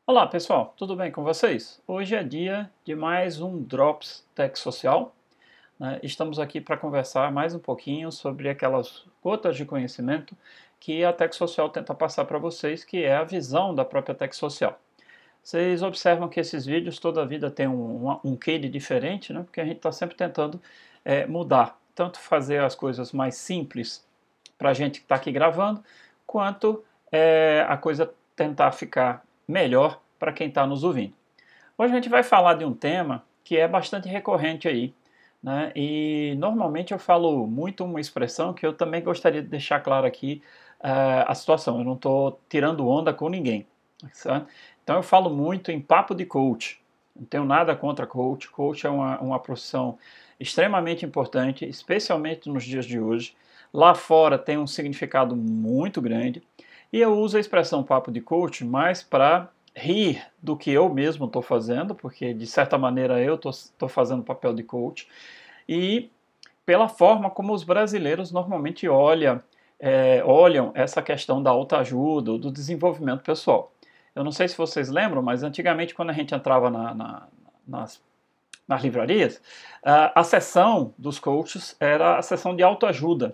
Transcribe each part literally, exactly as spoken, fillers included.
Olá pessoal, tudo bem com vocês? Hoje é dia de mais um Drops Tech Social, né? Estamos aqui para conversar mais um pouquinho sobre aquelas gotas de conhecimento que a Tech Social tenta passar para vocês, que é a visão da própria Tech Social. Vocês observam que esses vídeos toda a vida tem um, um, um quê de diferente, né? Porque a gente está sempre tentando é, mudar, tanto fazer as coisas mais simples para a gente que está aqui gravando, quanto é, a coisa tentar ficar melhor para quem está nos ouvindo. Hoje a gente vai falar de um tema que é bastante recorrente aí, né? E normalmente eu falo muito uma expressão que eu também gostaria de deixar claro aqui uh, a situação. Eu não estou tirando onda com ninguém, certo? Então eu falo muito em papo de coach. Não tenho nada contra coach. Coach é uma, uma profissão extremamente importante, especialmente nos dias de hoje. Lá fora tem um significado muito grande. E eu uso a expressão papo de coach mais para rir do que eu mesmo estou fazendo, porque de certa maneira eu estou fazendo o papel de coach, e pela forma como os brasileiros normalmente olham, é, olham essa questão da autoajuda, do desenvolvimento pessoal. Eu não sei se vocês lembram, mas antigamente quando a gente entrava na, na, nas, nas livrarias, a, a seção dos coaches era a seção de autoajuda.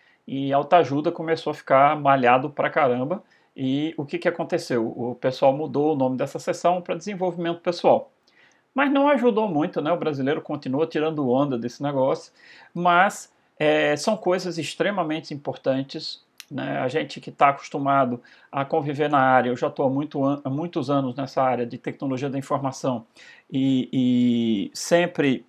E autoajuda começou a ficar malhado pra caramba. E o que, que aconteceu? O pessoal mudou o nome dessa seção para desenvolvimento pessoal. Mas não ajudou muito, né? O brasileiro continua tirando onda desse negócio. Mas é, são coisas extremamente importantes, né? A gente que está acostumado a conviver na área, eu já estou há, muito an há muitos anos nessa área de tecnologia da informação e, e sempre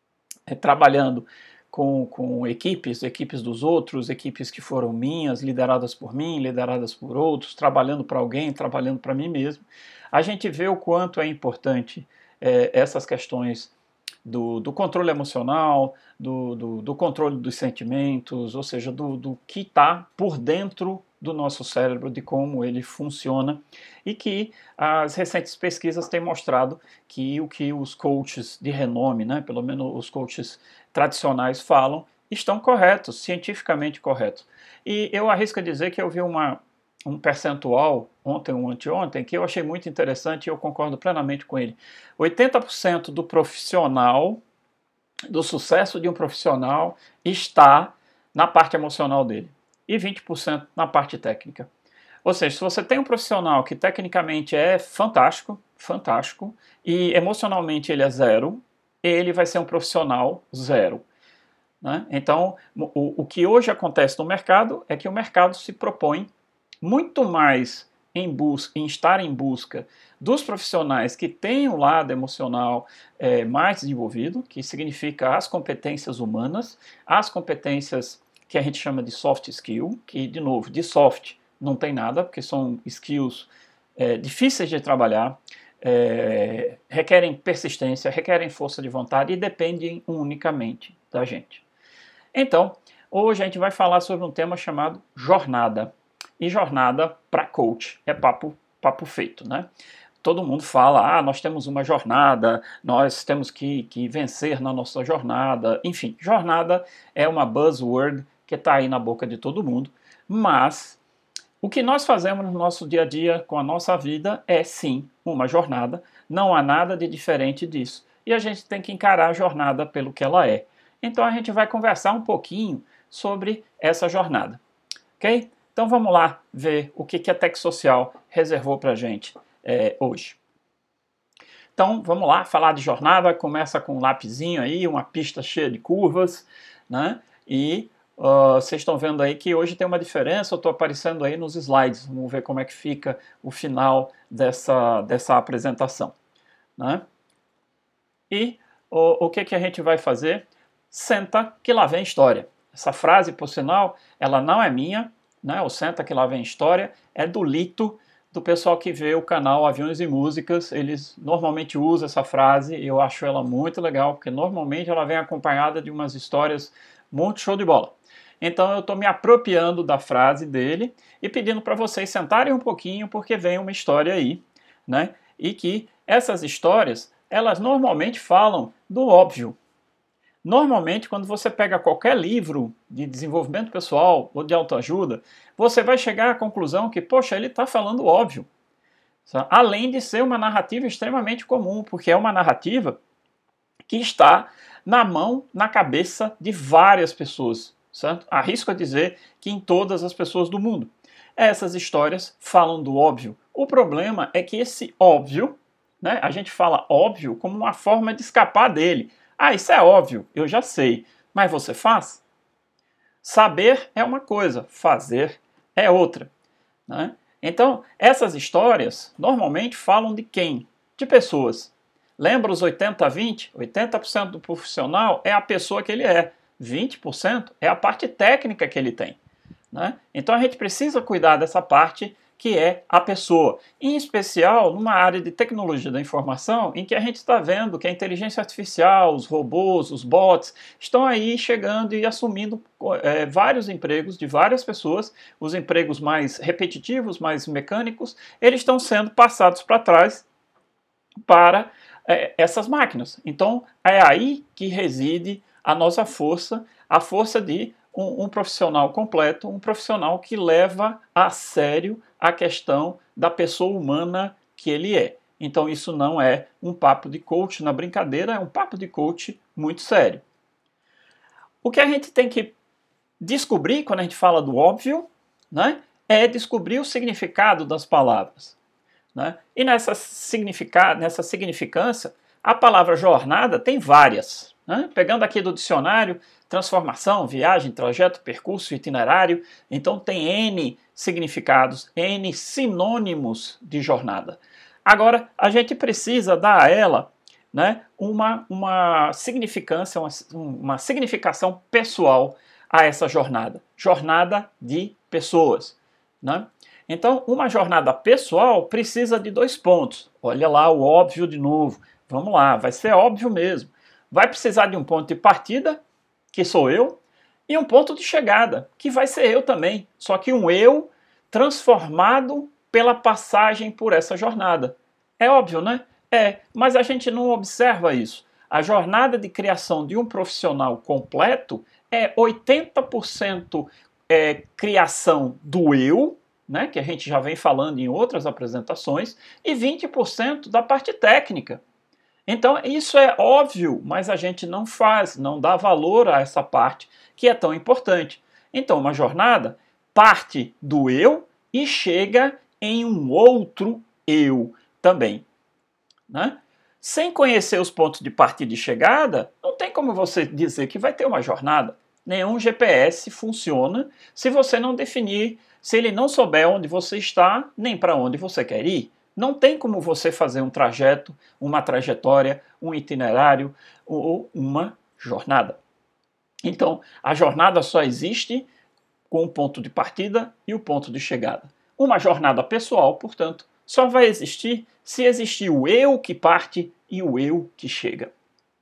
é, trabalhando Com, com equipes, equipes dos outros, equipes que foram minhas, lideradas por mim, lideradas por outros, trabalhando para alguém, trabalhando para mim mesmo, a gente vê o quanto é importante é, essas questões do, do controle emocional, do, do, do controle dos sentimentos, ou seja, do, do que está por dentro do nosso cérebro, de como ele funciona, e que as recentes pesquisas têm mostrado que o que os coaches de renome, né, pelo menos os coaches tradicionais falam, estão corretos, cientificamente corretos. E eu arrisco a dizer que eu vi uma, um percentual ontem ou anteontem que eu achei muito interessante e eu concordo plenamente com ele. oitenta por cento do profissional, do sucesso de um profissional está na parte emocional dele e vinte por cento na parte técnica. Ou seja, se você tem um profissional que tecnicamente é fantástico, fantástico, e emocionalmente ele é zero, ele vai ser um profissional zero. Né? Então, o, o que hoje acontece no mercado é que o mercado se propõe muito mais em, busca, em estar em busca dos profissionais que têm o lado emocional é, mais desenvolvido, que significa as competências humanas, as competências que a gente chama de soft skill, que, de novo, de soft não tem nada, porque são skills é, difíceis de trabalhar, é, requerem persistência, requerem força de vontade e dependem unicamente da gente. Então, hoje a gente vai falar sobre um tema chamado jornada. E jornada para coach é papo, papo feito, né? Todo mundo fala, ah, nós temos uma jornada, nós temos que, que vencer na nossa jornada. Enfim, jornada é uma buzzword que está aí na boca de todo mundo, mas o que nós fazemos no nosso dia a dia com a nossa vida é sim uma jornada, não há nada de diferente disso. E a gente tem que encarar a jornada pelo que ela é. Então a gente vai conversar um pouquinho sobre essa jornada, ok? Então vamos lá ver o que a Tech Social reservou para a gente é, hoje. Então vamos lá falar de jornada, começa com um lapisinho aí, uma pista cheia de curvas, né? E uh, vocês estão vendo aí que hoje tem uma diferença, eu estou aparecendo aí nos slides, vamos ver como é que fica o final dessa, dessa apresentação, né? E o, o que, que a gente vai fazer? Senta que lá vem história. Essa frase, por sinal, ela não é minha, né? O senta que lá vem história é do Lito, do pessoal que vê o canal Aviões e Músicas. Eles normalmente usam essa frase e eu acho ela muito legal, porque normalmente ela vem acompanhada de umas histórias muito show de bola. Então eu estou me apropriando da frase dele e pedindo para vocês sentarem um pouquinho, porque vem uma história aí, né? E que essas histórias, elas normalmente falam do óbvio. Normalmente, quando você pega qualquer livro de desenvolvimento pessoal ou de autoajuda, você vai chegar à conclusão que, poxa, ele está falando óbvio. além de ser uma narrativa extremamente comum, porque é uma narrativa que está na mão, na cabeça de várias pessoas, certo? Arrisco a dizer que em todas as pessoas do mundo. Essas histórias falam do óbvio. O problema é que esse óbvio, né, a gente fala óbvio como uma forma de escapar dele. Ah, isso é óbvio, eu já sei, mas você faz? Saber é uma coisa, fazer é outra, né? Então, essas histórias normalmente falam de quem? De pessoas. Lembra os oitenta a vinte? oitenta por cento do profissional é a pessoa que ele é, vinte por cento é a parte técnica que ele tem, né? Então a gente precisa cuidar dessa parte que é a pessoa, em especial numa área de tecnologia da informação em que a gente está vendo que a inteligência artificial, os robôs, os bots estão aí chegando e assumindo é, vários empregos de várias pessoas. Os empregos mais repetitivos, mais mecânicos, eles estão sendo passados para trás para é, essas máquinas. Então é aí que reside a nossa força, a força de um, um profissional completo, um profissional que leva a sério a questão da pessoa humana que ele é. Então isso não é um papo de coach na brincadeira, é um papo de coach muito sério. O que a gente tem que descobrir quando a gente fala do óbvio, né, é descobrir o significado das palavras, né? E nessa, significa, nessa significância, a palavra jornada tem várias, né? Pegando aqui do dicionário, transformação, viagem, trajeto, percurso, itinerário, então tem N significados, N sinônimos de jornada. Agora, a gente precisa dar a ela, né, uma, uma significância, uma, uma significação pessoal a essa jornada. Jornada de pessoas, né? Então, uma jornada pessoal precisa de dois pontos. Olha lá o óbvio de novo. Vamos lá, vai ser óbvio mesmo. Vai precisar de um ponto de partida, que sou eu, e um ponto de chegada, que vai ser eu também. Só que um eu transformado pela passagem por essa jornada. É óbvio, né? É, mas a gente não observa isso. A jornada de criação de um profissional completo é oitenta por cento é, criação do eu, né, que a gente já vem falando em outras apresentações, e vinte por cento da parte técnica. Então isso é óbvio, mas a gente não faz, não dá valor a essa parte que é tão importante. Então uma jornada parte do eu e chega em um outro eu também, né? Sem conhecer os pontos de partida e chegada, não tem como você dizer que vai ter uma jornada. Nenhum G P S funciona se você não definir, se ele não souber onde você está, nem para onde você quer ir. Não tem como você fazer um trajeto, uma trajetória, um itinerário ou uma jornada. Então, a jornada só existe com o ponto de partida e o ponto de chegada. Uma jornada pessoal, portanto, só vai existir se existir o eu que parte e o eu que chega.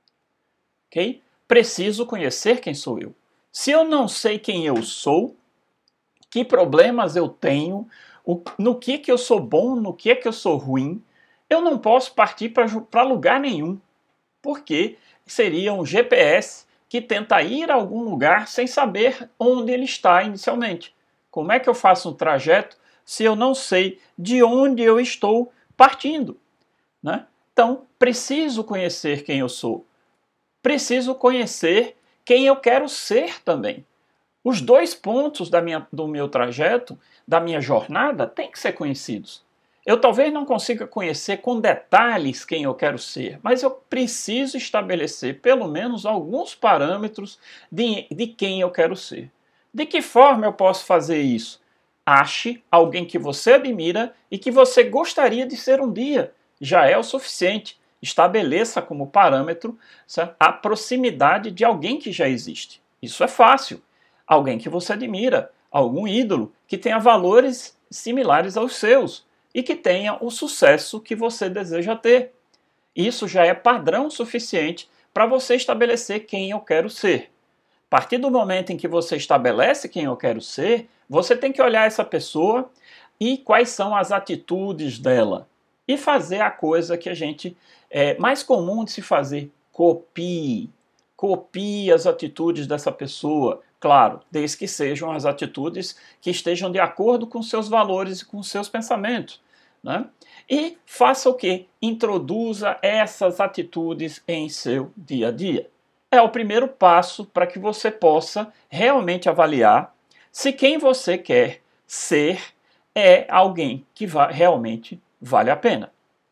Ok? Preciso conhecer quem sou eu. Se eu não sei quem eu sou, que problemas eu tenho, no que, que eu sou bom, no que, que eu sou ruim, eu não posso partir para lugar nenhum, porque seria um G P S que tenta ir a algum lugar sem saber onde ele está inicialmente. Como é que eu faço um trajeto se eu não sei de onde eu estou partindo, né? Então, preciso conhecer quem eu sou. Preciso conhecer quem eu quero ser também. Os dois pontos da minha, do meu trajeto, da minha jornada, têm que ser conhecidos. Eu talvez não consiga conhecer com detalhes quem eu quero ser, mas eu preciso estabelecer pelo menos alguns parâmetros de, de quem eu quero ser. De que forma eu posso fazer isso? Ache alguém que você admira e que você gostaria de ser um dia. Já é o suficiente. Estabeleça como parâmetro, certo, a proximidade de alguém que já existe. Isso é fácil. Alguém que você admira, algum ídolo que tenha valores similares aos seus e que tenha o sucesso que você deseja ter. Isso já é padrão suficiente para você estabelecer quem eu quero ser. A partir do momento em que você estabelece quem eu quero ser, você tem que olhar essa pessoa e quais são as atitudes dela. E fazer a coisa que a gente é mais comum de se fazer, copie. Copie as atitudes dessa pessoa. Claro, desde que sejam as atitudes que estejam de acordo com seus valores e com seus pensamentos. né? E faça o quê? Introduza essas atitudes em seu dia a dia. É o primeiro passo para que você possa realmente avaliar se quem você quer ser é alguém que va- realmente vale a pena.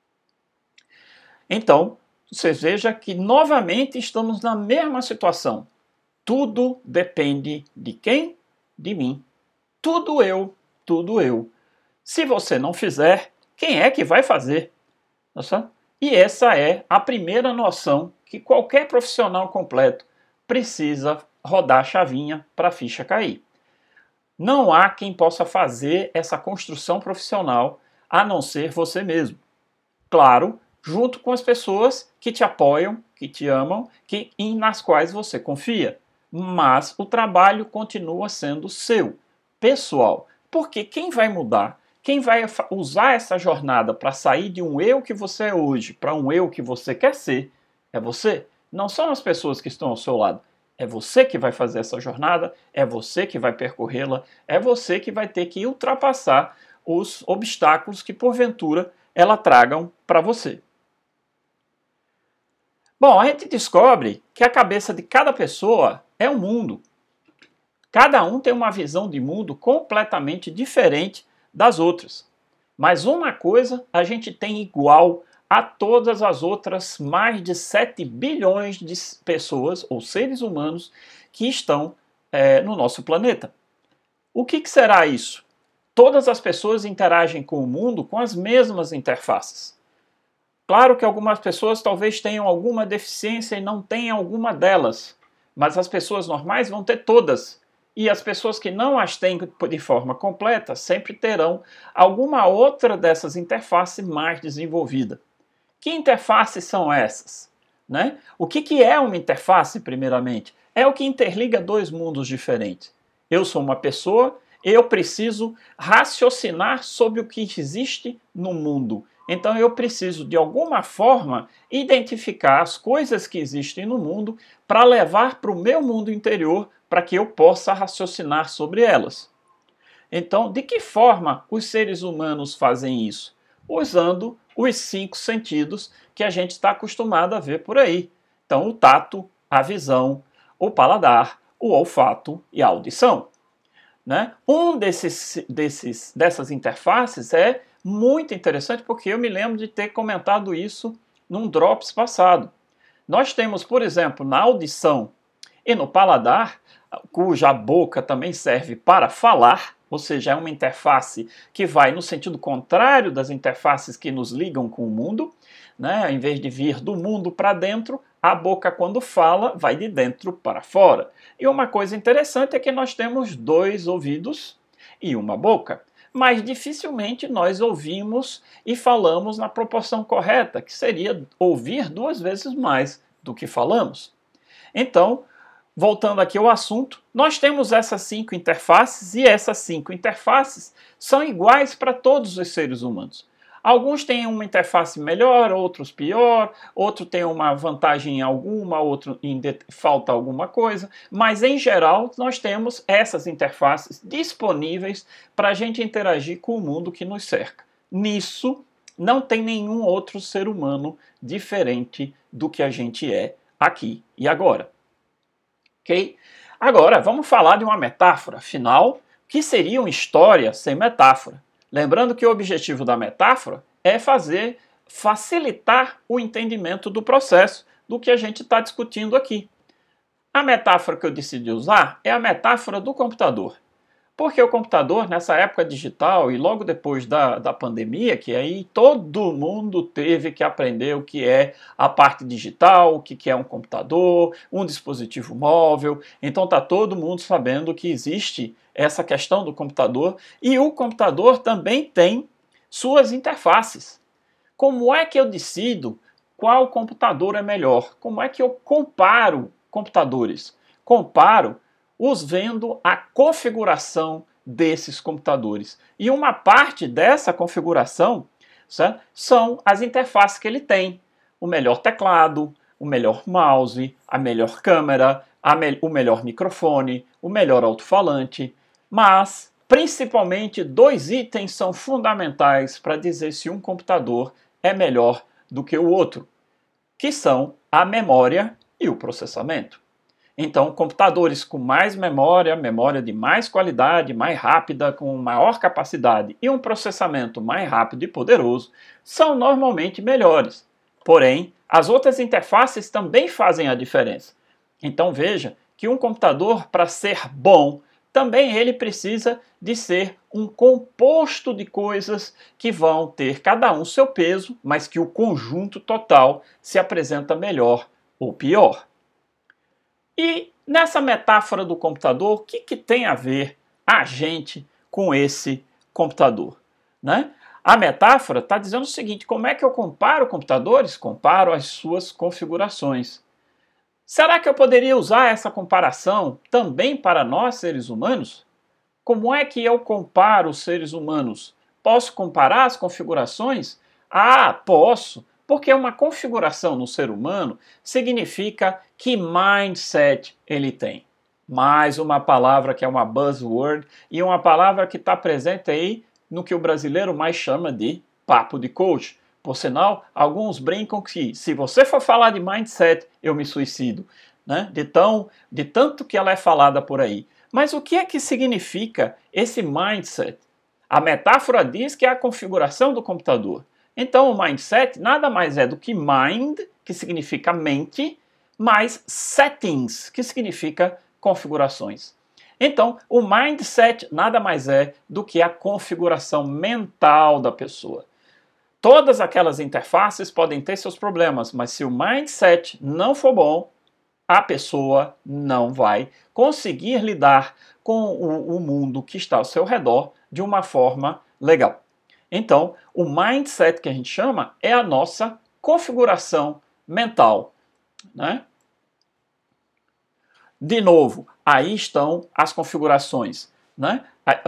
Então, você veja que novamente estamos na mesma situação. Tudo depende de quem? De mim. Tudo eu, tudo eu. Se você não fizer, quem é que vai fazer? Nossa? E essa é a primeira noção que qualquer profissional completo precisa rodar a chavinha para a ficha cair. Não há quem possa fazer essa construção profissional a não ser você mesmo. Claro, junto com as pessoas que te apoiam, que te amam, que, e nas quais você confia. Mas o trabalho continua sendo seu, pessoal. Porque quem vai mudar, quem vai usar essa jornada para sair de um eu que você é hoje para um eu que você quer ser, é você. Não são as pessoas que estão ao seu lado. É você que vai fazer essa jornada, é você que vai percorrê-la, é você que vai ter que ultrapassar os obstáculos que, porventura, ela tragam para você. Bom, a gente descobre que a cabeça de cada pessoa é um mundo. Cada um tem uma visão de mundo completamente diferente das outras. Mas uma coisa a gente tem igual a todas as outras mais de sete bilhões de pessoas ou seres humanos que estão é, no nosso planeta. O que, que será isso? Todas as pessoas interagem com o mundo com as mesmas interfaces. Claro que algumas pessoas talvez tenham alguma deficiência e não tenham alguma delas, mas as pessoas normais vão ter todas. E as pessoas que não as têm de forma completa sempre terão alguma outra dessas interfaces mais desenvolvida. Que interfaces são essas? Né? O que, que é uma interface, primeiramente? É o que interliga dois mundos diferentes. Eu sou uma pessoa, eu preciso raciocinar sobre o que existe no mundo. Então eu preciso, de alguma forma, identificar as coisas que existem no mundo para levar para o meu mundo interior para que eu possa raciocinar sobre elas. Então, de que forma os seres humanos fazem isso? Usando os cinco sentidos que a gente está acostumado a ver por aí. Então, o tato, a visão, o paladar, o olfato e a audição. Né? Um desses, desses, dessas interfaces é muito interessante porque eu me lembro de ter comentado isso num Drops passado. Nós temos, por exemplo, na audição e no paladar, cuja boca também serve para falar, ou seja, é uma interface que vai no sentido contrário das interfaces que nos ligam com o mundo, né? Em vez de vir do mundo para dentro, a boca, quando fala, vai de dentro para fora. E uma coisa interessante é que nós temos dois ouvidos e uma boca, mas dificilmente nós ouvimos e falamos na proporção correta, que seria ouvir duas vezes mais do que falamos. Então, voltando aqui ao assunto, nós temos essas cinco interfaces e essas cinco interfaces são iguais para todos os seres humanos. Alguns têm uma interface melhor, outros pior, outro tem uma vantagem em alguma, outro em falta alguma coisa, mas em geral nós temos essas interfaces disponíveis para a gente interagir com o mundo que nos cerca. Nisso não tem nenhum outro ser humano diferente do que a gente é aqui e agora. Ok? Agora, vamos falar de uma metáfora. Afinal, o que seria uma história sem metáfora? Lembrando que o objetivo da metáfora é fazer, facilitar o entendimento do processo do que a gente está discutindo aqui. A metáfora que eu decidi usar é a metáfora do computador. Porque o computador, nessa época digital e logo depois da, da pandemia, que aí todo mundo teve que aprender o que é a parte digital, o que é um computador, um dispositivo móvel. Então está todo mundo sabendo que existe essa questão do computador e o computador também tem suas interfaces. Como é que eu decido qual computador é melhor? Como é que eu comparo computadores? Comparo os vendo a configuração desses computadores. E uma parte dessa configuração, certo, são as interfaces que ele tem. O melhor teclado, o melhor mouse, a melhor câmera, a me o melhor microfone, o melhor alto-falante. Mas Principalmente dois itens são fundamentais para dizer se um computador é melhor do que o outro, que são a memória e o processamento. Então, computadores com mais memória, memória de mais qualidade, mais rápida, com maior capacidade e um processamento mais rápido e poderoso, são normalmente melhores. Porém, as outras interfaces também fazem a diferença. Então veja que um computador, para ser bom, também ele precisa de ser um composto de coisas que vão ter cada um seu peso, mas que o conjunto total se apresenta melhor ou pior. E nessa metáfora do computador, o que, que tem a ver a gente com esse computador, né? A metáfora está dizendo o seguinte: como é que eu comparo computadores? Comparo as suas configurações. Será que eu poderia usar essa comparação também para nós, seres humanos? Como é que eu comparo os seres humanos? Posso comparar as configurações? Ah, posso, porque uma configuração no ser humano significa que mindset ele tem. Mais uma palavra que é uma buzzword e uma palavra que está presente aí no que o brasileiro mais chama de papo de coach. Por sinal, alguns brincam que se você for falar de mindset, eu me suicido, né? De, tão, de tanto que ela é falada por aí. Mas o que é que significa esse mindset? A metáfora diz que é a configuração do computador. Então o mindset nada mais é do que mind, que significa mente, mais settings, que significa configurações. Então, o mindset nada mais é do que a configuração mental da pessoa. Todas aquelas interfaces podem ter seus problemas, mas se o mindset não for bom, a pessoa não vai conseguir lidar com o, o mundo que está ao seu redor de uma forma legal. Então, o mindset que a gente chama é a nossa configuração mental, né? De novo, aí estão as configurações, né?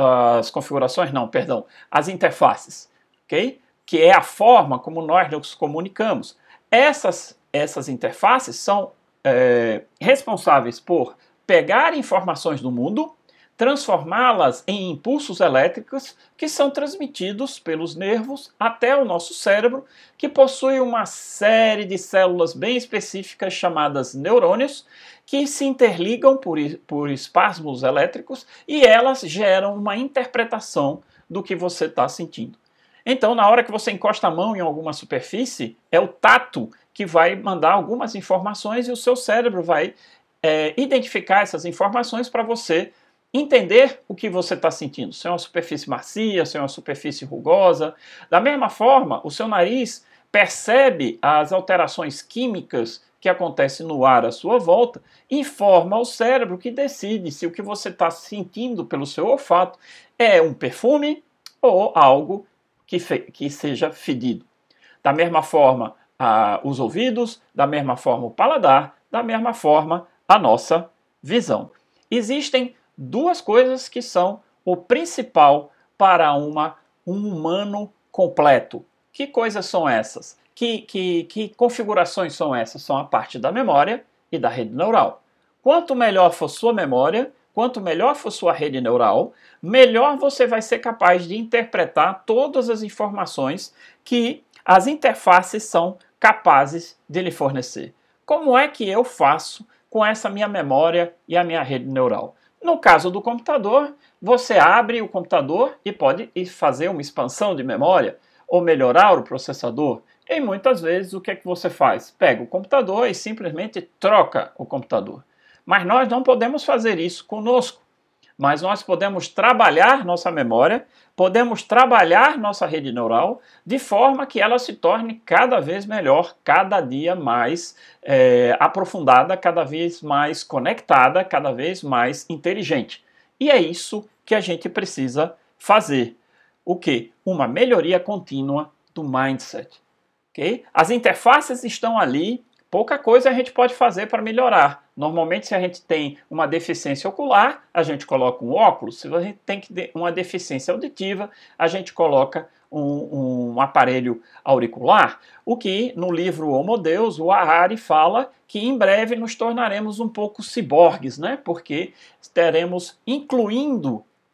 As configurações não, perdão, as interfaces, ok? Que é a forma como nós nos comunicamos. Essas, essas interfaces são é, responsáveis por pegar informações do mundo, transformá-las em impulsos elétricos que são transmitidos pelos nervos até o nosso cérebro, que possui uma série de células bem específicas chamadas neurônios, que se interligam por, por espasmos elétricos e elas geram uma interpretação do que você está sentindo. Então, na hora que você encosta a mão em alguma superfície, é o tato que vai mandar algumas informações e o seu cérebro vai é, identificar essas informações para você entender o que você está sentindo. Se é uma superfície macia, se é uma superfície rugosa. Da mesma forma, o seu nariz percebe as alterações químicas que acontecem no ar à sua volta e informa ao cérebro que decide se o que você está sentindo pelo seu olfato é um perfume ou algo Que, que seja fedido. Da mesma forma, ah, os ouvidos, da mesma forma o paladar, da mesma forma a nossa visão. Existem duas coisas que são o principal para uma, um humano completo. Que coisas são essas? Que, que, que configurações são essas? São a parte da memória e da rede neural. Quanto melhor for sua memória, quanto melhor for sua rede neural, melhor você vai ser capaz de interpretar todas as informações que as interfaces são capazes de lhe fornecer. Como é que eu faço com essa minha memória e a minha rede neural? No caso do computador, você abre o computador e pode fazer uma expansão de memória ou melhorar o processador. E muitas vezes o que é que você faz? Pega o computador e simplesmente troca o computador. Mas nós não podemos fazer isso conosco. Mas nós podemos trabalhar nossa memória, podemos trabalhar nossa rede neural de forma que ela se torne cada vez melhor, cada dia mais é, aprofundada, cada vez mais conectada, cada vez mais inteligente. E é isso que a gente precisa fazer. O quê? Uma melhoria contínua do mindset. Okay? As interfaces estão ali. Pouca coisa a gente pode fazer para melhorar. Normalmente, se a gente tem uma deficiência ocular, a gente coloca um óculos. Se a gente tem uma deficiência auditiva, a gente coloca um, um aparelho auricular. O que, no livro Homo Deus, o Harari fala que em breve nos tornaremos um pouco ciborgues, né? Porque estaremos incluindo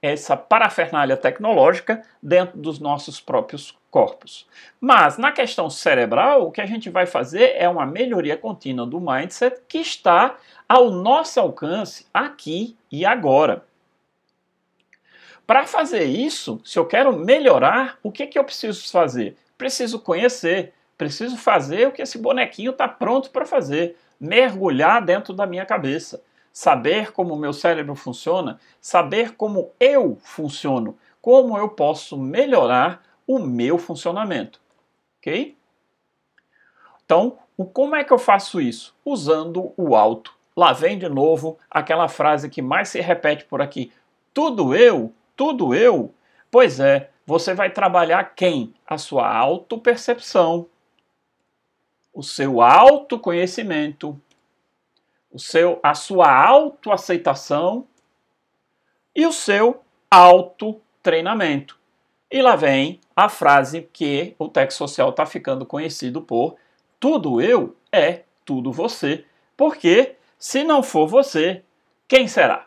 essa parafernália tecnológica dentro dos nossos próprios corpos. Mas na questão cerebral, o que a gente vai fazer é uma melhoria contínua do mindset que está ao nosso alcance aqui e agora. Para fazer isso, se eu quero melhorar, o que, que eu preciso fazer? Preciso conhecer, preciso fazer o que esse bonequinho está pronto para fazer, mergulhar dentro da minha cabeça. Saber como o meu cérebro funciona, saber como eu funciono, como eu posso melhorar o meu funcionamento, ok? Então, o, como é que eu faço isso? Usando o auto. Lá vem de novo aquela frase que mais se repete por aqui. Tudo eu, tudo eu. Pois é, você vai trabalhar quem? A sua autopercepção, o seu autoconhecimento, o seu, a sua autoaceitação e o seu autotreinamento. E lá vem a frase que o texto social está ficando conhecido por: tudo eu é tudo você. Porque se não for você, quem será?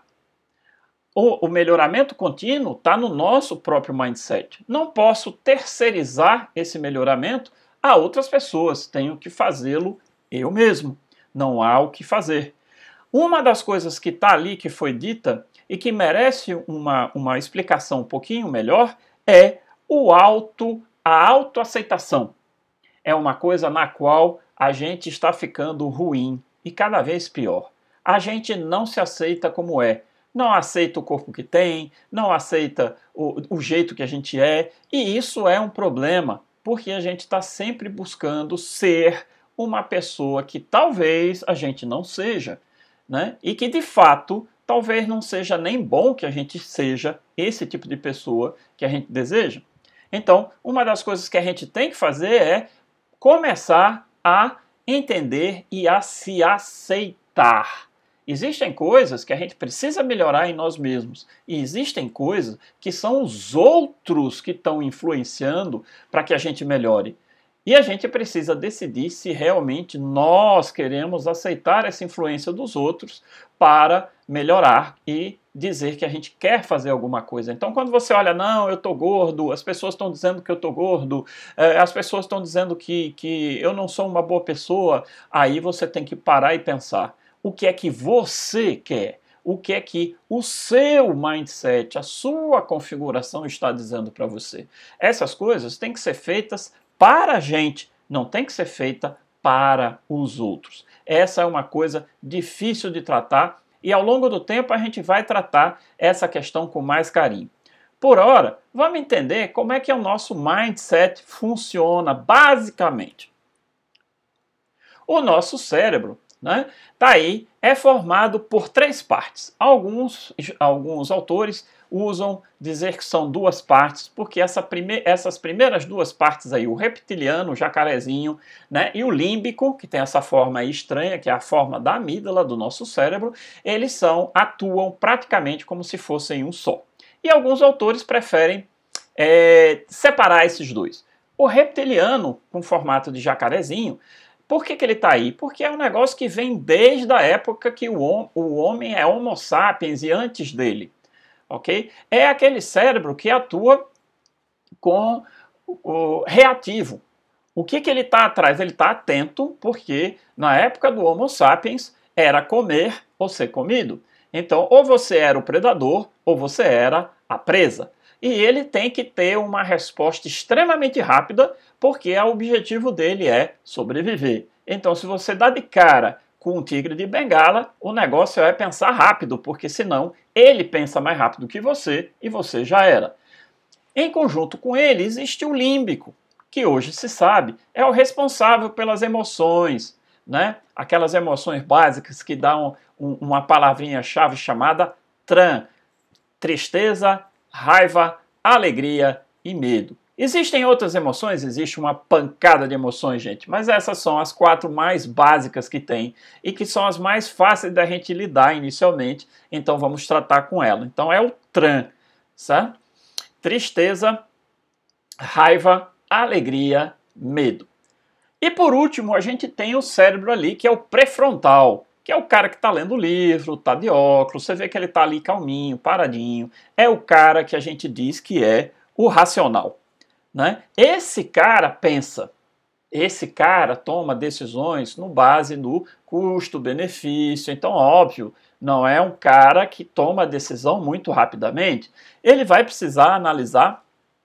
O, o melhoramento contínuo está no nosso próprio mindset. Não posso terceirizar esse melhoramento a outras pessoas. Tenho que fazê-lo eu mesmo. Não há o que fazer. Uma das coisas que está ali, que foi dita, e que merece uma, uma explicação um pouquinho melhor, é o auto, a autoaceitação. É uma coisa na qual a gente está ficando ruim e cada vez pior. A gente não se aceita como é. Não aceita o corpo que tem, não aceita o, o jeito que a gente é, e isso é um problema, porque a gente está sempre buscando ser uma pessoa que talvez a gente não seja. Né? E que de fato talvez não seja nem bom que a gente seja esse tipo de pessoa que a gente deseja. Então, uma das coisas que a gente tem que fazer é começar a entender e a se aceitar. Existem coisas que a gente precisa melhorar em nós mesmos e existem coisas que são os outros que estão influenciando para que a gente melhore. E a gente precisa decidir se realmente nós queremos aceitar essa influência dos outros para melhorar e dizer que a gente quer fazer alguma coisa. Então, quando você olha, não, eu tô gordo, as pessoas estão dizendo que eu tô gordo, eh, as pessoas estão dizendo que, que eu não sou uma boa pessoa, aí você tem que parar e pensar, o que é que você quer? O que é que o seu mindset, a sua configuração está dizendo para você? Essas coisas têm que ser feitas para a gente, não tem que ser feita para os outros. Essa é uma coisa difícil de tratar e ao longo do tempo a gente vai tratar essa questão com mais carinho. Por hora, vamos entender como é que o nosso mindset funciona basicamente. O nosso cérebro, né, tá aí, é formado por três partes. Alguns, alguns autores usam dizer que são duas partes, porque essa prime essas primeiras duas partes aí, o reptiliano, o jacarezinho, né, e o límbico, que tem essa forma aí estranha, que é a forma da amígdala do nosso cérebro, eles são, atuam praticamente como se fossem um só. E alguns autores preferem é, separar esses dois. O reptiliano, com formato de jacarezinho, por que que ele está aí? Porque é um negócio que vem desde a época que o, hom o homem é Homo sapiens e antes dele. Okay? É aquele cérebro que atua com o reativo. O que que ele está atrás? Ele está atento porque na época do Homo sapiens era comer ou ser comido. Então, ou você era o predador ou você era a presa. E ele tem que ter uma resposta extremamente rápida porque o objetivo dele é sobreviver. Então, se você dá de cara com um tigre de bengala, o negócio é pensar rápido, porque senão ele pensa mais rápido que você e você já era. Em conjunto com ele existe o límbico, que hoje se sabe é o responsável pelas emoções, né? Aquelas emoções básicas que dão um, uma palavrinha-chave chamada TRAN, tristeza, raiva, alegria e medo. Existem outras emoções? Existe uma pancada de emoções, gente, mas essas são as quatro mais básicas que tem e que são as mais fáceis da gente lidar inicialmente, então vamos tratar com ela. Então é o TRAN, certo? Tristeza, raiva, alegria, medo. E por último, a gente tem o cérebro ali, que é o pré-frontal, que é o cara que está lendo o livro, está de óculos, você vê que ele está ali calminho, paradinho, é o cara que a gente diz que é o racional, né? Esse cara pensa, esse cara toma decisões no base do custo-benefício, então óbvio, não é um cara que toma a decisão muito rapidamente, ele vai precisar analisar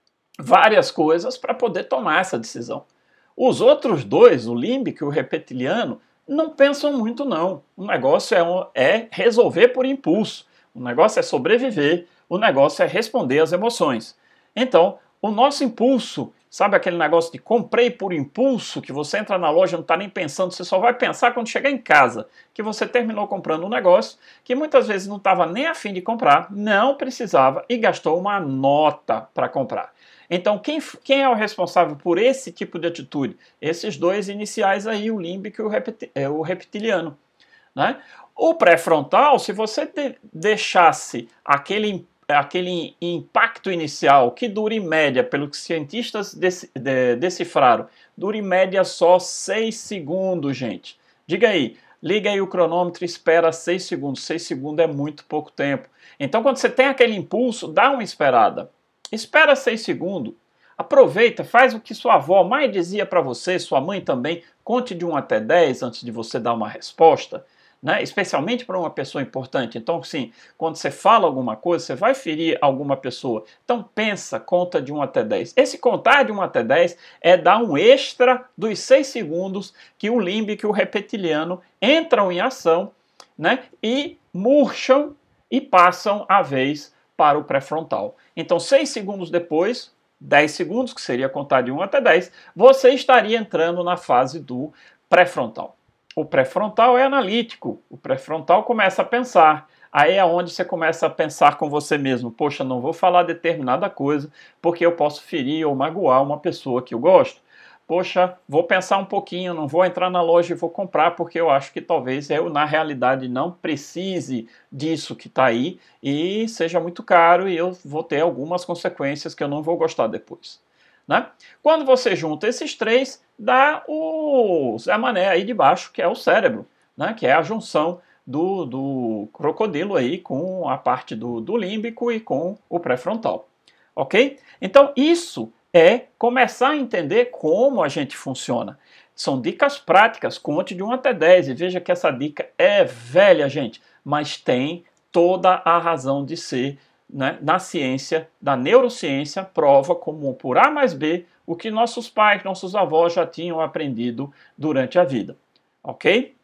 várias coisas para poder tomar essa decisão. Os outros dois, o límbico e o reptiliano, não pensam muito não. O negócio é, um, é resolver por impulso, o negócio é sobreviver, o negócio é responder às emoções. Então, o nosso impulso, sabe aquele negócio de comprei por impulso, que você entra na loja e não está nem pensando, você só vai pensar quando chegar em casa, que você terminou comprando um negócio que muitas vezes não estava nem a fim de comprar, não precisava e gastou uma nota para comprar. Então, quem, quem é o responsável por esse tipo de atitude? Esses dois iniciais aí, o límbico e o, repti, é, o reptiliano. Né? O pré-frontal, se você de, deixasse aquele, aquele impacto inicial, que dura em média, pelo que cientistas dec, de, decifraram, dura em média só seis segundos, gente. Diga aí, liga aí o cronômetro e espera seis segundos. seis segundos é muito pouco tempo. Então, quando você tem aquele impulso, dá uma esperada. Espera seis segundos, aproveita, faz o que sua avó mais dizia para você, sua mãe também, conte de um até dez antes de você dar uma resposta, né? Especialmente para uma pessoa importante. Então, sim, quando você fala alguma coisa, você vai ferir alguma pessoa. Então, pensa, conta de um até dez. Esse contar de um até dez é dar um extra dos seis segundos que o límbico e o reptiliano entram em ação, né? E murcham e passam a vez para o pré-frontal. Então, seis segundos depois, dez segundos, que seria contar de um até dez, você estaria entrando na fase do pré-frontal. O pré-frontal é analítico, o pré-frontal começa a pensar. Aí é onde você começa a pensar com você mesmo, poxa, não vou falar determinada coisa, porque eu posso ferir ou magoar uma pessoa que eu gosto. Poxa, vou pensar um pouquinho, não vou entrar na loja e vou comprar, porque eu acho que talvez eu, na realidade, não precise disso que está aí e seja muito caro e eu vou ter algumas consequências que eu não vou gostar depois. Né? Quando você junta esses três, dá o Zé Mané aí de baixo, que é o cérebro, né? Que é a junção do, do crocodilo aí com a parte do, do límbico e com o pré-frontal. Ok? Então, isso é começar a entender como a gente funciona. São dicas práticas, conte de um até dez e veja que essa dica é velha, gente, mas tem toda a razão de ser, né? Na ciência, da neurociência, prova como por A mais B o que nossos pais, nossos avós já tinham aprendido durante a vida. Ok?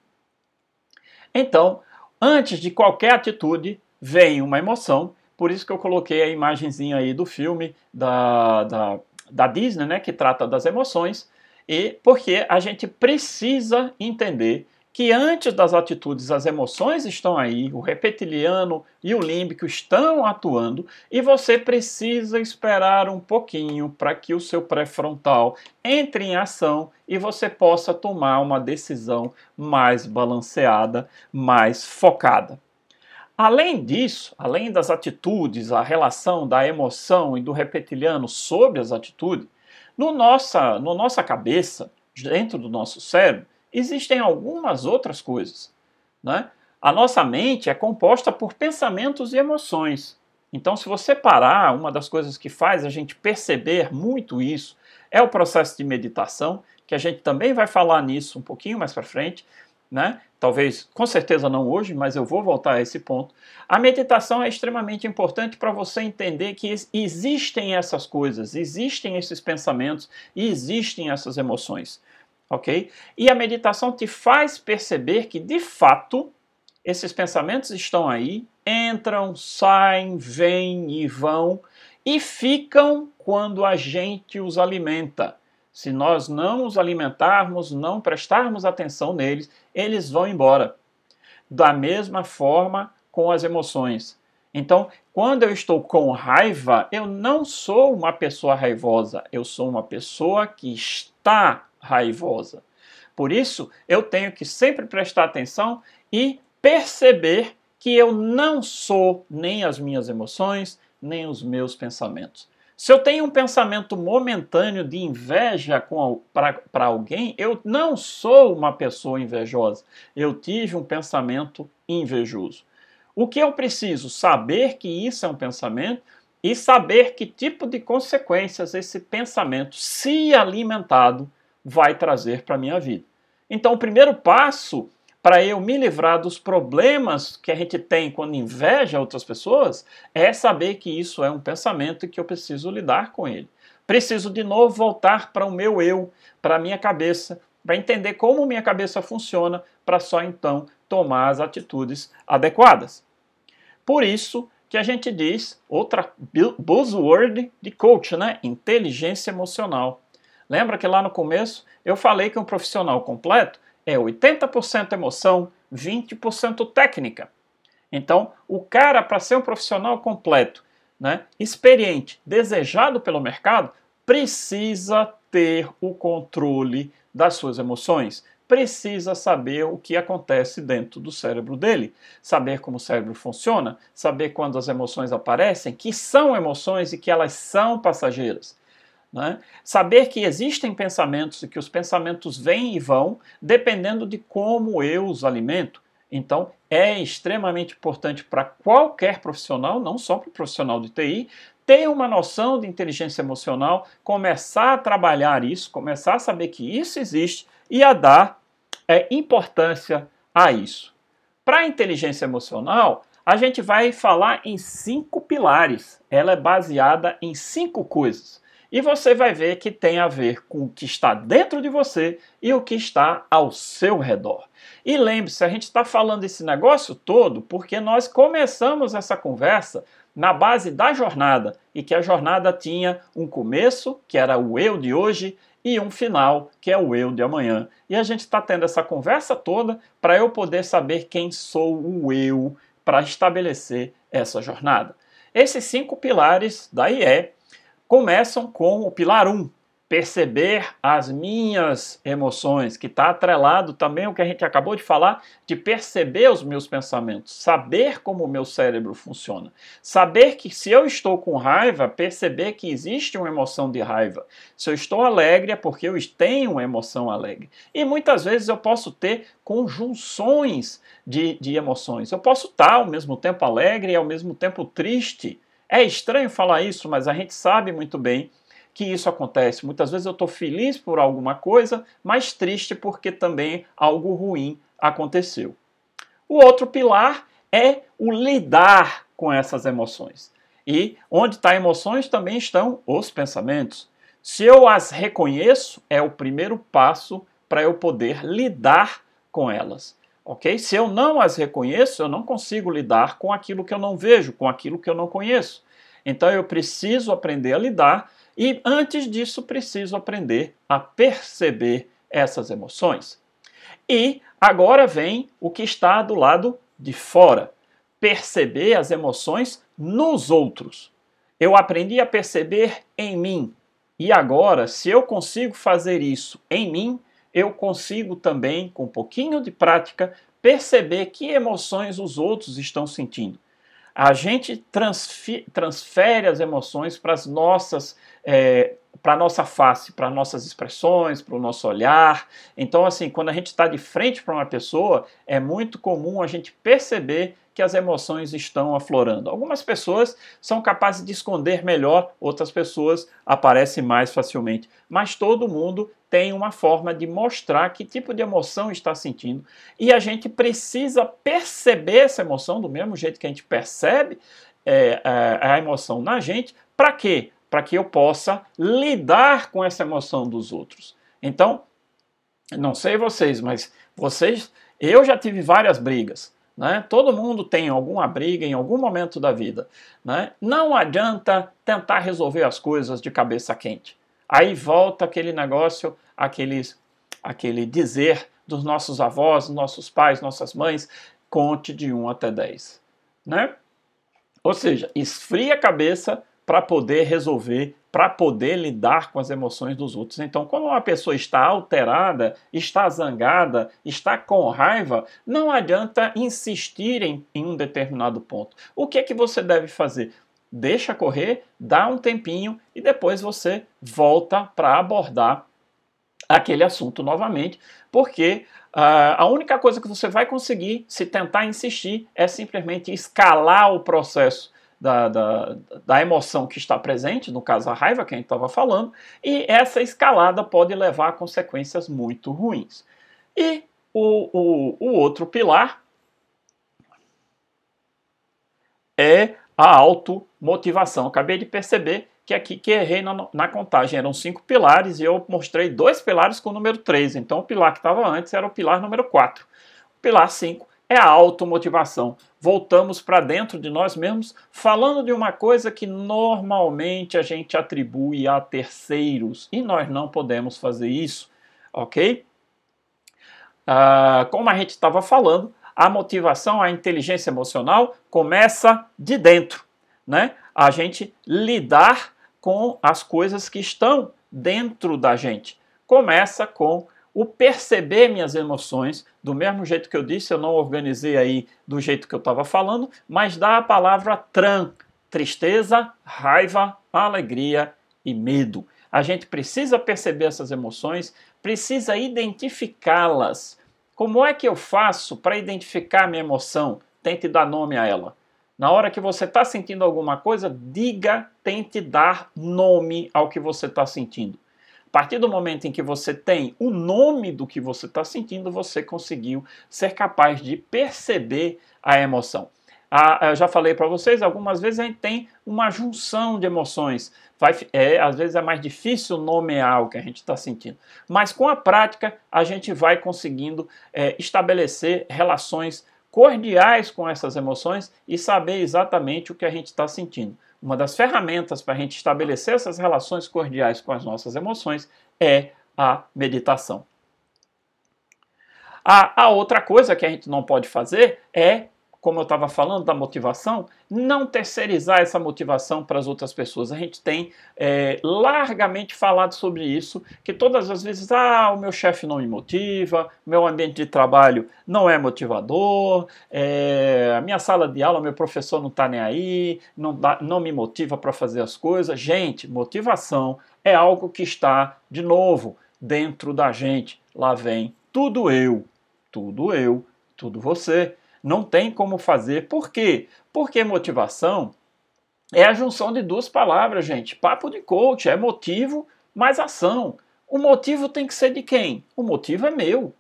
Então, antes de qualquer atitude, vem uma emoção, por isso que eu coloquei a imagenzinha aí do filme da, da da Disney, né, que trata das emoções, e porque a gente precisa entender que antes das atitudes as emoções estão aí, o reptiliano e o límbico estão atuando, e você precisa esperar um pouquinho para que o seu pré-frontal entre em ação e você possa tomar uma decisão mais balanceada, mais focada. Além disso, além das atitudes, a relação da emoção e do reptiliano sobre as atitudes, no nossa, no nossa cabeça, dentro do nosso cérebro, existem algumas outras coisas. Né? A nossa mente é composta por pensamentos e emoções. Então, se você parar, uma das coisas que faz a gente perceber muito isso é o processo de meditação, que a gente também vai falar nisso um pouquinho mais para frente, né? Talvez, com certeza não hoje, mas eu vou voltar a esse ponto. A meditação é extremamente importante para você entender que existem essas coisas, existem esses pensamentos e existem essas emoções, ok? E a meditação te faz perceber que, de fato, esses pensamentos estão aí, entram, saem, vêm e vão e ficam quando a gente os alimenta. Se nós não os alimentarmos, não prestarmos atenção neles, eles vão embora. Da mesma forma com as emoções. Então, quando eu estou com raiva, eu não sou uma pessoa raivosa, eu sou uma pessoa que está raivosa. Por isso, eu tenho que sempre prestar atenção e perceber que eu não sou nem as minhas emoções, nem os meus pensamentos. Se eu tenho um pensamento momentâneo de inveja para alguém, eu não sou uma pessoa invejosa. Eu tive um pensamento invejoso. O que eu preciso? Saber que isso é um pensamento e saber que tipo de consequências esse pensamento, se alimentado, vai trazer para a minha vida. Então, o primeiro passo para eu me livrar dos problemas que a gente tem quando inveja outras pessoas, é saber que isso é um pensamento e que eu preciso lidar com ele. Preciso de novo voltar para o meu eu, para a minha cabeça, para entender como minha cabeça funciona, para só então tomar as atitudes adequadas. Por isso que a gente diz, outra buzzword de coach, né? Inteligência emocional. Lembra que lá no começo eu falei que um profissional completo é oitenta por cento emoção, vinte por cento técnica. Então, o cara, para ser um profissional completo, né, experiente, desejado pelo mercado, precisa ter o controle das suas emoções. Precisa saber o que acontece dentro do cérebro dele. Saber como o cérebro funciona, saber quando as emoções aparecem, que são emoções e que elas são passageiras. Né? Saber que existem pensamentos e que os pensamentos vêm e vão dependendo de como eu os alimento. Então, é extremamente importante para qualquer profissional, não só para o profissional de T I, ter uma noção de inteligência emocional, começar a trabalhar isso, começar a saber que isso existe e a dar é, importância a isso. Para a inteligência emocional, a gente vai falar em cinco pilares. Ela é baseada em cinco coisas. E você vai ver que tem a ver com o que está dentro de você e o que está ao seu redor. E lembre-se, a gente está falando esse negócio todo porque nós começamos essa conversa na base da jornada e que a jornada tinha um começo, que era o eu de hoje, e um final, que é o eu de amanhã. E a gente está tendo essa conversa toda para eu poder saber quem sou o eu para estabelecer essa jornada. Esses cinco pilares da I E começam com o pilar um, perceber as minhas emoções, que está atrelado também ao que a gente acabou de falar, de perceber os meus pensamentos, saber como o meu cérebro funciona. Saber que se eu estou com raiva, perceber que existe uma emoção de raiva. Se eu estou alegre é porque eu tenho uma emoção alegre. E muitas vezes eu posso ter conjunções de, de emoções. Eu posso estar ao mesmo tempo alegre e ao mesmo tempo triste. É estranho falar isso, mas a gente sabe muito bem que isso acontece. Muitas vezes eu estou feliz por alguma coisa, mas triste porque também algo ruim aconteceu. O outro pilar é o lidar com essas emoções. E onde está emoções também estão os pensamentos. Se eu as reconheço, é o primeiro passo para eu poder lidar com elas. Okay? Se eu não as reconheço, eu não consigo lidar com aquilo que eu não vejo, com aquilo que eu não conheço. Então eu preciso aprender a lidar e antes disso preciso aprender a perceber essas emoções. E agora vem o que está do lado de fora. Perceber as emoções nos outros. Eu aprendi a perceber em mim. E agora, se eu consigo fazer isso em mim, eu consigo também, com um pouquinho de prática, perceber que emoções os outros estão sentindo. A gente transfere as emoções para as nossas, é, para a nossa face, para nossas expressões, para o nosso olhar. Então, assim, quando a gente está de frente para uma pessoa, é muito comum a gente perceber que as emoções estão aflorando. Algumas pessoas são capazes de esconder melhor, outras pessoas aparecem mais facilmente. Mas todo mundo tem uma forma de mostrar que tipo de emoção está sentindo. E a gente precisa perceber essa emoção do mesmo jeito que a gente percebe é, a, a emoção na gente. Para quê? Para que eu possa lidar com essa emoção dos outros. Então, não sei vocês, mas vocês, eu já tive várias brigas. Né? Todo mundo tem alguma briga em algum momento da vida. Né? Não adianta tentar resolver as coisas de cabeça quente. Aí volta aquele negócio, aqueles, aquele dizer dos nossos avós, nossos pais, nossas mães, conte de um até dez. Né? Ou seja, esfria a cabeça para poder resolver, para poder lidar com as emoções dos outros. Então, quando uma pessoa está alterada, está zangada, está com raiva, não adianta insistir em, em um determinado ponto. O que é que você deve fazer? deixa correr, dá um tempinho e depois você volta para abordar aquele assunto novamente, porque uh, a única coisa que você vai conseguir, se tentar insistir, é simplesmente escalar o processo da, da, da emoção que está presente, no caso a raiva que a gente estava falando, e essa escalada pode levar a consequências muito ruins. E o, o, o outro pilar é a automotivação. Acabei de perceber que aqui que errei na, na contagem, eram cinco pilares e eu mostrei dois pilares com o número três, então o pilar que estava antes era o pilar número quatro. O pilar cinco é a automotivação. Voltamos para dentro de nós mesmos, falando de uma coisa que normalmente a gente atribui a terceiros, e nós não podemos fazer isso, ok? Ah, como a gente estava falando, a motivação, a inteligência emocional começa de dentro, né? A gente lidar com as coisas que estão dentro da gente. Começa com o perceber minhas emoções, do mesmo jeito que eu disse, eu não organizei aí do jeito que eu estava falando, mas dá a palavra tran, tristeza, raiva, alegria e medo. A gente precisa perceber essas emoções, precisa identificá-las. Como é que eu faço para identificar minha emoção? Tente dar nome a ela. Na hora que você está sentindo alguma coisa, diga, tente dar nome ao que você está sentindo. A partir do momento em que você tem o nome do que você está sentindo, você conseguiu ser capaz de perceber a emoção. Ah, eu já falei para vocês, algumas vezes a gente tem uma junção de emoções. Vai, é, às vezes é mais difícil nomear o que a gente está sentindo. Mas com a prática, a gente vai conseguindo é, estabelecer relações cordiais com essas emoções e saber exatamente o que a gente está sentindo. Uma das ferramentas para a gente estabelecer essas relações cordiais com as nossas emoções é a meditação. A, a outra coisa que a gente não pode fazer é, como eu estava falando da motivação, não terceirizar essa motivação para as outras pessoas. A gente tem é, largamente falado sobre isso, que todas as vezes, ah, o meu chefe não me motiva, meu ambiente de trabalho não é motivador, é, a minha sala de aula, meu professor não está nem aí, não, dá, não me motiva para fazer as coisas. Gente, motivação é algo que está, de novo, dentro da gente. Lá vem tudo eu, tudo eu, tudo você. Não tem como fazer. Por quê? Porque motivação é a junção de duas palavras, gente. Papo de coach, é motivo mais ação. O motivo tem que ser de quem? O motivo é meu.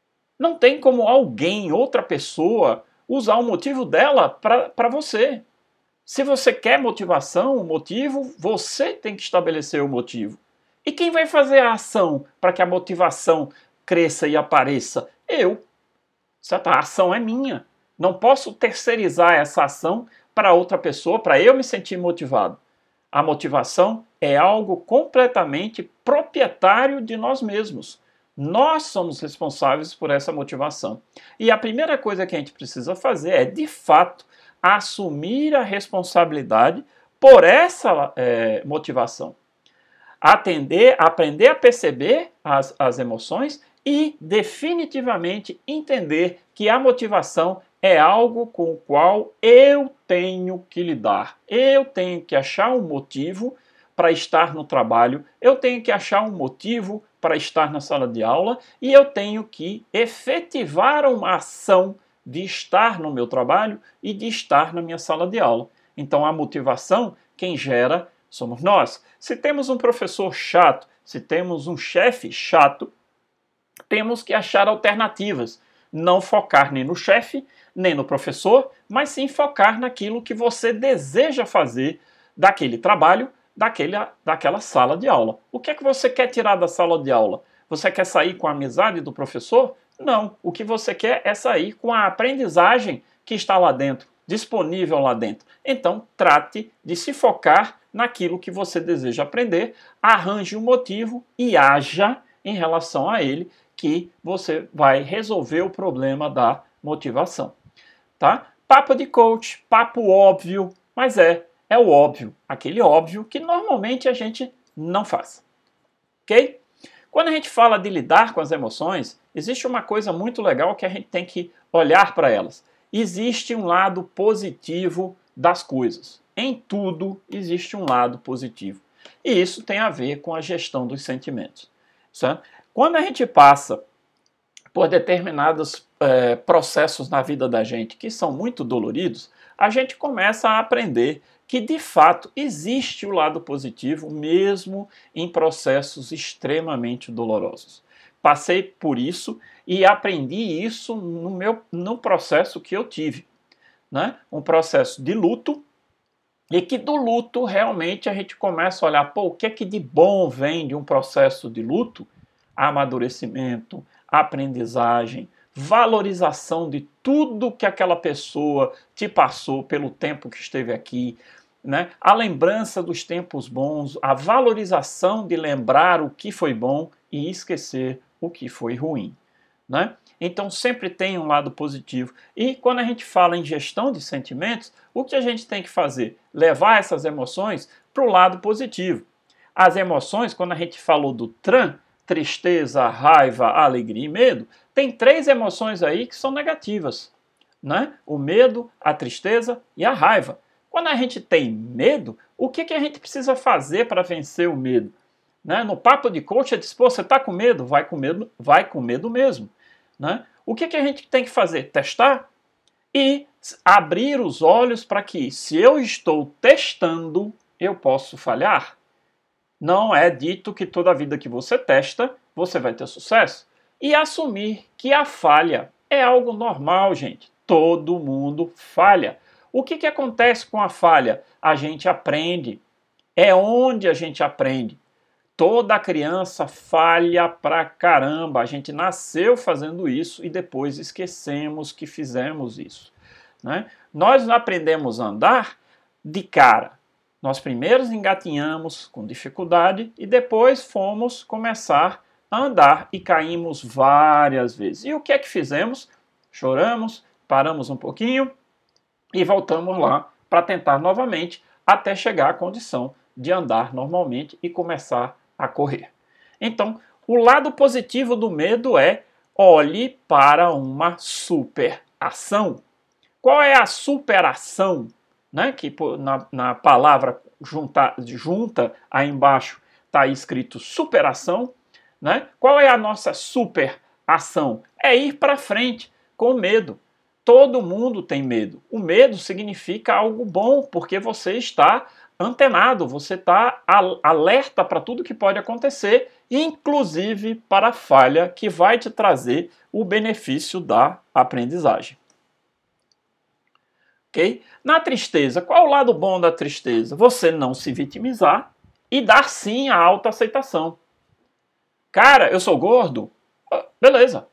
Não tem como alguém, outra pessoa, usar o motivo dela para você. Se você quer motivação, o motivo, você tem que estabelecer o motivo. E quem vai fazer a ação para que a motivação cresça e apareça? Eu. Certo? A ação é minha. Não posso terceirizar essa ação para outra pessoa, para eu me sentir motivado. A motivação é algo completamente proprietário de nós mesmos. Nós somos responsáveis por essa motivação. E a primeira coisa que a gente precisa fazer é, de fato, assumir a responsabilidade por essa é, motivação. Atender, aprender a perceber as, as emoções e definitivamente entender que a motivação é algo com o qual eu tenho que lidar. Eu tenho que achar um motivo para estar no trabalho, eu tenho que achar um motivo para estar na sala de aula e eu tenho que efetivar uma ação de estar no meu trabalho e de estar na minha sala de aula. Então a motivação, quem gera, somos nós. Se temos um professor chato, se temos um chefe chato, temos que achar alternativas. Não focar nem no chefe, nem no professor, mas sim focar naquilo que você deseja fazer daquele trabalho, daquele, daquela sala de aula. O que é que você quer tirar da sala de aula? Você quer sair com a amizade do professor? Não. O que você quer é sair com a aprendizagem que está lá dentro, disponível lá dentro. Então, trate de se focar naquilo que você deseja aprender, arranje um motivo e haja em relação a ele, que você vai resolver o problema da motivação. Tá? Papo de coach, papo óbvio, mas é, é o óbvio, aquele óbvio que normalmente a gente não faz. Ok? Quando a gente fala de lidar com as emoções, existe uma coisa muito legal que a gente tem que olhar para elas. Existe um lado positivo das coisas. Em tudo existe um lado positivo. E isso tem a ver com a gestão dos sentimentos. Certo? Quando a gente passa por determinados é, processos na vida da gente que são muito doloridos, a gente começa a aprender que, de fato, existe o lado positivo mesmo em processos extremamente dolorosos. Passei por isso e aprendi isso no, meu, no processo que eu tive. Né? Um processo de luto, e que do luto realmente a gente começa a olhar, pô, o que é que de bom vem de um processo de luto? Amadurecimento, aprendizagem, valorização de tudo que aquela pessoa te passou pelo tempo que esteve aqui, né? A lembrança dos tempos bons, a valorização de lembrar o que foi bom e esquecer o que foi ruim, né? Então sempre tem um lado positivo. E quando a gente fala em gestão de sentimentos, o que a gente tem que fazer? Levar essas emoções para o lado positivo. As emoções, quando a gente falou do tran, tristeza, raiva, alegria e medo, tem três emoções aí que são negativas, né? O medo, a tristeza e a raiva. Quando a gente tem medo, o que, que a gente precisa fazer para vencer o medo? Né? No papo de coach, eu disse, pô, você está com medo? Vai com medo, vai com medo mesmo. Né? O que, que a gente tem que fazer? Testar e abrir os olhos para que, se eu estou testando, eu posso falhar. Não é dito que toda vida que você testa, você vai ter sucesso. E assumir que a falha é algo normal, gente. Todo mundo falha. O que, que acontece com a falha? A gente aprende. É onde a gente aprende. Toda criança falha pra caramba. A gente nasceu fazendo isso e depois esquecemos que fizemos isso. Né? Nós aprendemos a andar de cara. Nós primeiro engatinhamos com dificuldade e depois fomos começar a andar e caímos várias vezes. E o que é que fizemos? Choramos, paramos um pouquinho e voltamos lá para tentar novamente até chegar à condição de andar normalmente e começar a correr. Então, o lado positivo do medo é olhe para uma superação. Qual é a superação? Né? Que na, na palavra junta, junta aí embaixo está escrito superação. Né? Qual é a nossa superação? É ir para frente com medo. Todo mundo tem medo. O medo significa algo bom, porque você está antenado, você está alerta para tudo que pode acontecer, inclusive para a falha que vai te trazer o benefício da aprendizagem. Okay? Na tristeza, qual é o lado bom da tristeza? Você não se vitimizar e dar sim a autoaceitação. Cara, eu sou gordo? Beleza.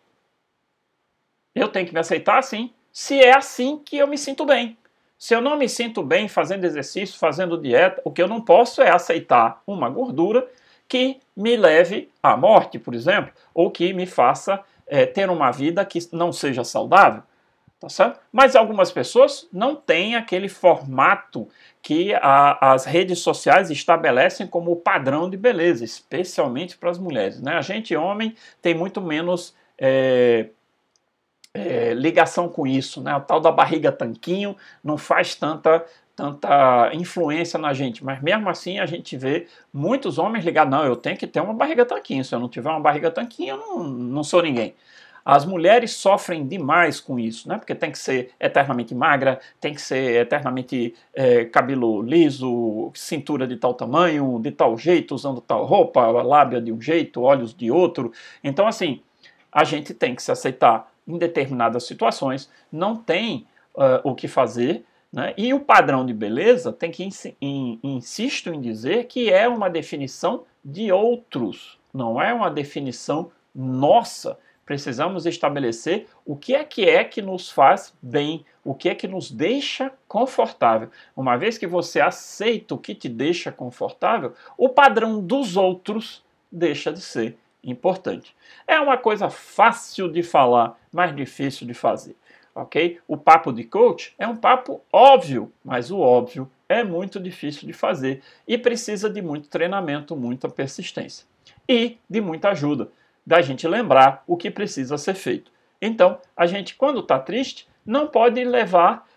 Eu tenho que me aceitar assim. Se é assim que eu me sinto bem. Se eu não me sinto bem fazendo exercício, fazendo dieta, o que eu não posso é aceitar uma gordura que me leve à morte, por exemplo, ou que me faça é, ter uma vida que não seja saudável. Tá certo? Mas algumas pessoas não têm aquele formato que a, as redes sociais estabelecem como padrão de beleza, especialmente para as mulheres. Né? A gente, homem, tem muito menos é, é, ligação com isso. Né? O tal da barriga tanquinho não faz tanta, tanta influência na gente, mas mesmo assim a gente vê muitos homens ligados, não, eu tenho que ter uma barriga tanquinho, se eu não tiver uma barriga tanquinho, eu não, não sou ninguém. As mulheres sofrem demais com isso, né? Porque tem que ser eternamente magra, tem que ser eternamente é, cabelo liso, cintura de tal tamanho, de tal jeito, usando tal roupa, a lábia de um jeito, olhos de outro. Então, assim, a gente tem que se aceitar em determinadas situações, não tem uh, o que fazer, né? E o padrão de beleza tem que, in, insisto em dizer, que é uma definição de outros, não é uma definição nossa. Precisamos estabelecer o que é que é que nos faz bem, o que é que nos deixa confortável. Uma vez que você aceita o que te deixa confortável, o padrão dos outros deixa de ser importante. É uma coisa fácil de falar, mas difícil de fazer. Ok? O papo de coach é um papo óbvio, mas o óbvio é muito difícil de fazer e precisa de muito treinamento, muita persistência e de muita ajuda da gente lembrar o que precisa ser feito. Então, a gente, quando está triste, não pode levar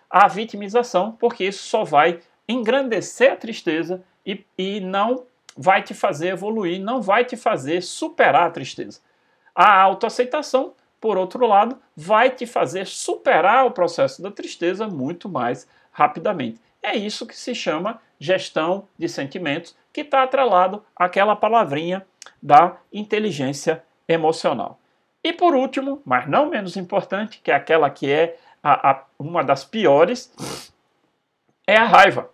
à vitimização, porque isso só vai engrandecer a tristeza e, e não vai te fazer evoluir, não vai te fazer superar a tristeza. A autoaceitação, por outro lado, vai te fazer superar o processo da tristeza muito mais rapidamente. É isso que se chama gestão de sentimentos, que está atrelado àquela palavrinha da inteligência emocional. E por último, mas não menos importante, que é aquela que é a, a, uma das piores, é a raiva.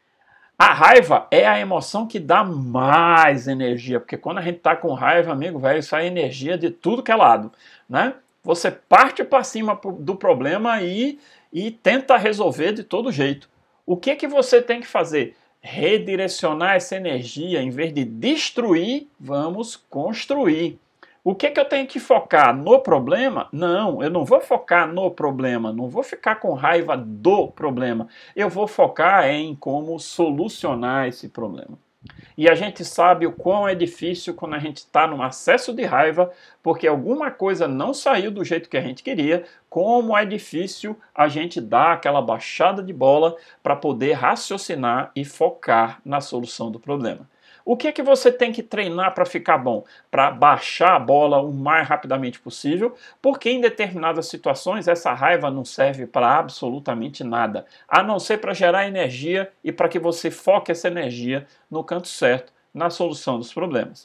A raiva é a emoção que dá mais energia, porque quando a gente está com raiva, amigo, velho, sai energia de tudo que é lado, né? Você parte para cima do problema e, e tenta resolver de todo jeito. O que que você tem que fazer? Redirecionar essa energia, em vez de destruir, vamos construir. O que que eu tenho que focar? No problema? Não, eu não vou focar no problema, não vou ficar com raiva do problema. Eu vou focar em como solucionar esse problema. E a gente sabe o quão é difícil quando a gente está num acesso de raiva, porque alguma coisa não saiu do jeito que a gente queria, como é difícil a gente dar aquela baixada de bola para poder raciocinar e focar na solução do problema. O que é que você tem que treinar para ficar bom? Para baixar a bola o mais rapidamente possível, porque em determinadas situações essa raiva não serve para absolutamente nada, a não ser para gerar energia e para que você foque essa energia no canto certo, na solução dos problemas.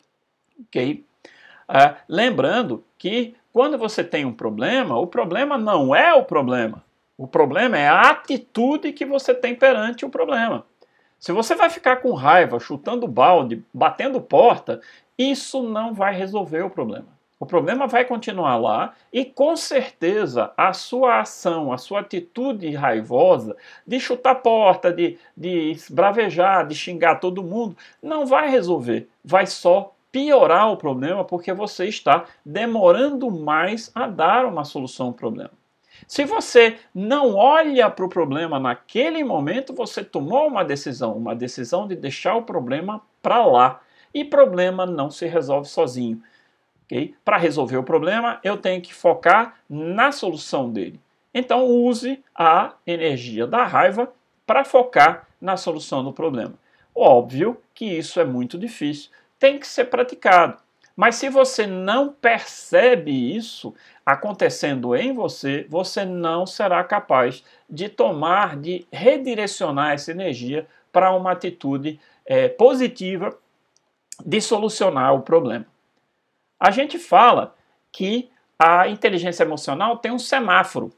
Ok? Uh, lembrando que quando você tem um problema, o problema não é o problema. O problema é a atitude que você tem perante o problema. Se você vai ficar com raiva, chutando balde, batendo porta, isso não vai resolver o problema. O problema vai continuar lá e, com certeza, a sua ação, a sua atitude raivosa de chutar porta, de, de esbravejar, de xingar todo mundo, não vai resolver. Vai só piorar o problema porque você está demorando mais a dar uma solução ao problema. Se você não olha para o problema naquele momento, você tomou uma decisão, uma decisão de deixar o problema para lá. E problema não se resolve sozinho. Okay? Para resolver o problema, eu tenho que focar na solução dele. Então use a energia da raiva para focar na solução do problema. Óbvio que isso é muito difícil, tem que ser praticado. Mas se você não percebe isso acontecendo em você, você não será capaz de tomar, de redirecionar essa energia para uma atitude é, positiva de solucionar o problema. A gente fala que a inteligência emocional tem um semáforo.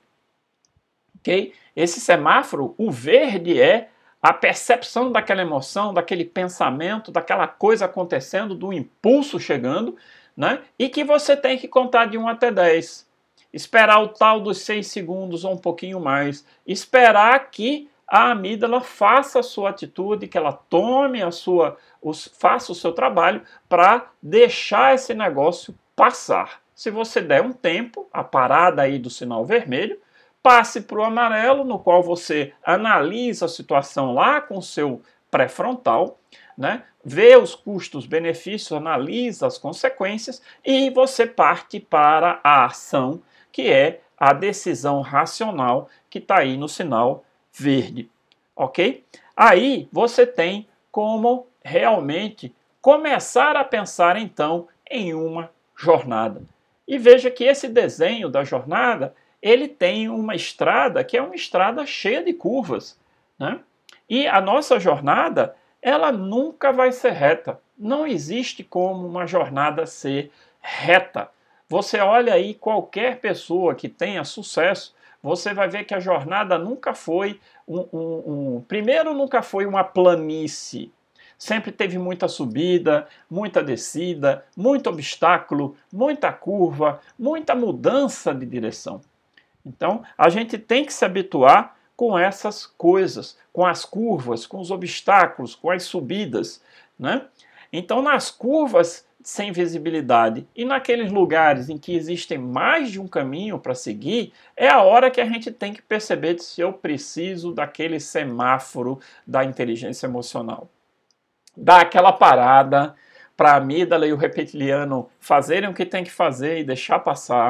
Okay? Esse semáforo, o verde é a percepção daquela emoção, daquele pensamento, daquela coisa acontecendo, do impulso chegando, né? E que você tem que contar de um até dez. Esperar o tal dos seis segundos ou um pouquinho mais. Esperar que a amígdala faça a sua atitude, que ela tome a sua, os, faça o seu trabalho para deixar esse negócio passar. Se você der um tempo, a parada aí do sinal vermelho, passe para o amarelo, no qual você analisa a situação lá com o seu pré-frontal, né? Vê os custos, benefícios, analisa as consequências e você parte para a ação, que é a decisão racional que está aí no sinal verde, ok? Aí você tem como realmente começar a pensar então em uma jornada. E veja que esse desenho da jornada, ele tem uma estrada que é uma estrada cheia de curvas, né? E a nossa jornada, ela nunca vai ser reta. Não existe como uma jornada ser reta. Você olha aí qualquer pessoa que tenha sucesso, você vai ver que a jornada nunca foi um, um, um... Primeiro, nunca foi uma planície. Sempre teve muita subida, muita descida, muito obstáculo, muita curva, muita mudança de direção. Então, a gente tem que se habituar com essas coisas, com as curvas, com os obstáculos, com as subidas, né? Então, nas curvas sem visibilidade e naqueles lugares em que existem mais de um caminho para seguir, é a hora que a gente tem que perceber se eu preciso daquele semáforo da inteligência emocional. Dar aquela parada para a amígdala e o reptiliano fazerem o que tem que fazer e deixar passar,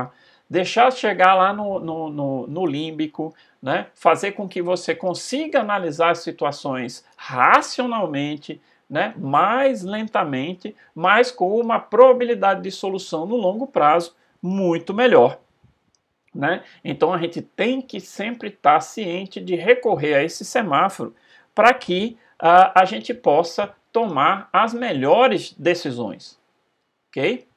deixar chegar lá no, no, no, no límbico, né? Fazer com que você consiga analisar as situações racionalmente, né? Mais lentamente, mas com uma probabilidade de solução no longo prazo muito melhor. Né? Então a gente tem que sempre estar ciente de recorrer a esse semáforo para que uh, a gente possa tomar as melhores decisões. Ok?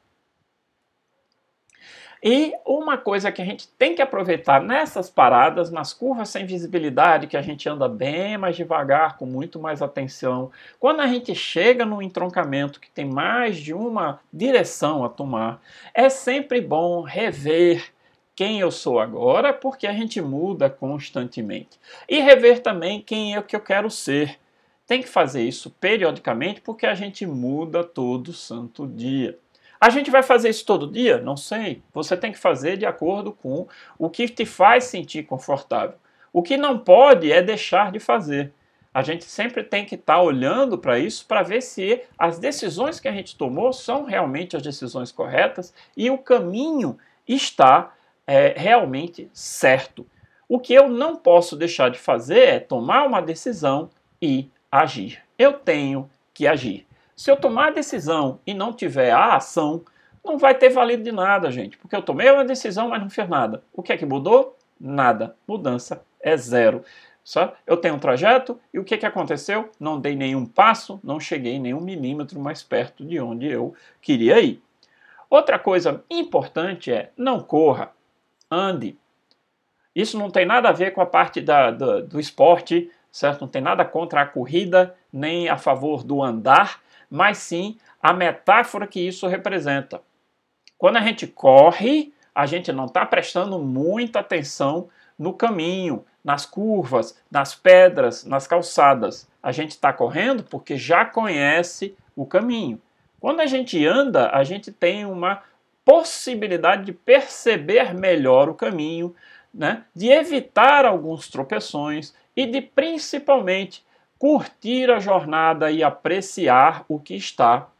E uma coisa que a gente tem que aproveitar nessas paradas, nas curvas sem visibilidade, que a gente anda bem mais devagar, com muito mais atenção, quando a gente chega num entroncamento que tem mais de uma direção a tomar, é sempre bom rever quem eu sou agora, porque a gente muda constantemente. E rever também quem é o que eu quero ser. Tem que fazer isso periodicamente, porque a gente muda todo santo dia. A gente vai fazer isso todo dia? Não sei. Você tem que fazer de acordo com o que te faz sentir confortável. O que não pode é deixar de fazer. A gente sempre tem que estar olhando para isso para ver se as decisões que a gente tomou são realmente as decisões corretas e o caminho está é, realmente certo. O que eu não posso deixar de fazer é tomar uma decisão e agir. Eu tenho que agir. Se eu tomar a decisão e não tiver a ação, não vai ter valido de nada, gente. Porque eu tomei uma decisão, mas não fiz nada. O que é que mudou? Nada. Mudança é zero. Só eu tenho um trajeto e o que, que aconteceu? Não dei nenhum passo, não cheguei nem um milímetro mais perto de onde eu queria ir. Outra coisa importante é não corra, ande. Isso não tem nada a ver com a parte da, do, do esporte, certo? Não tem nada contra a corrida, nem a favor do andar, mas sim a metáfora que isso representa. Quando a gente corre, a gente não está prestando muita atenção no caminho, nas curvas, nas pedras, nas calçadas. A gente está correndo porque já conhece o caminho. Quando a gente anda, a gente tem uma possibilidade de perceber melhor o caminho, né? De evitar alguns tropeções e de, principalmente, curtir a jornada e apreciar o que está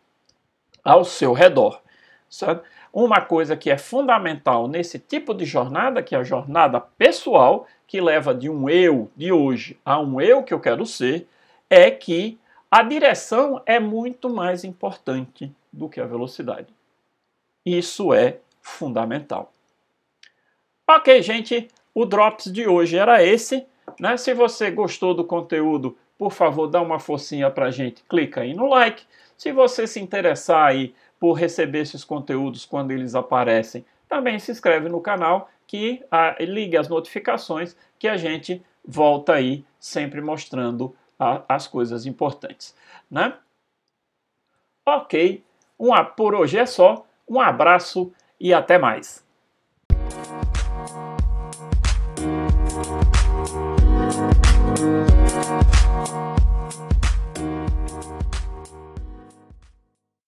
ao seu redor. Sabe? Uma coisa que é fundamental nesse tipo de jornada, que é a jornada pessoal, que leva de um eu de hoje a um eu que eu quero ser, é que a direção é muito mais importante do que a velocidade. Isso é fundamental. Ok, gente, o Drops de hoje era esse. Né? Se você gostou do conteúdo, por favor, dá uma forcinha pra gente, clica aí no like. Se você se interessar aí por receber esses conteúdos quando eles aparecem, também se inscreve no canal, que ah, ligue as notificações, que a gente volta aí sempre mostrando ah, as coisas importantes. Né? Ok, um, por hoje é só. Um abraço e até mais.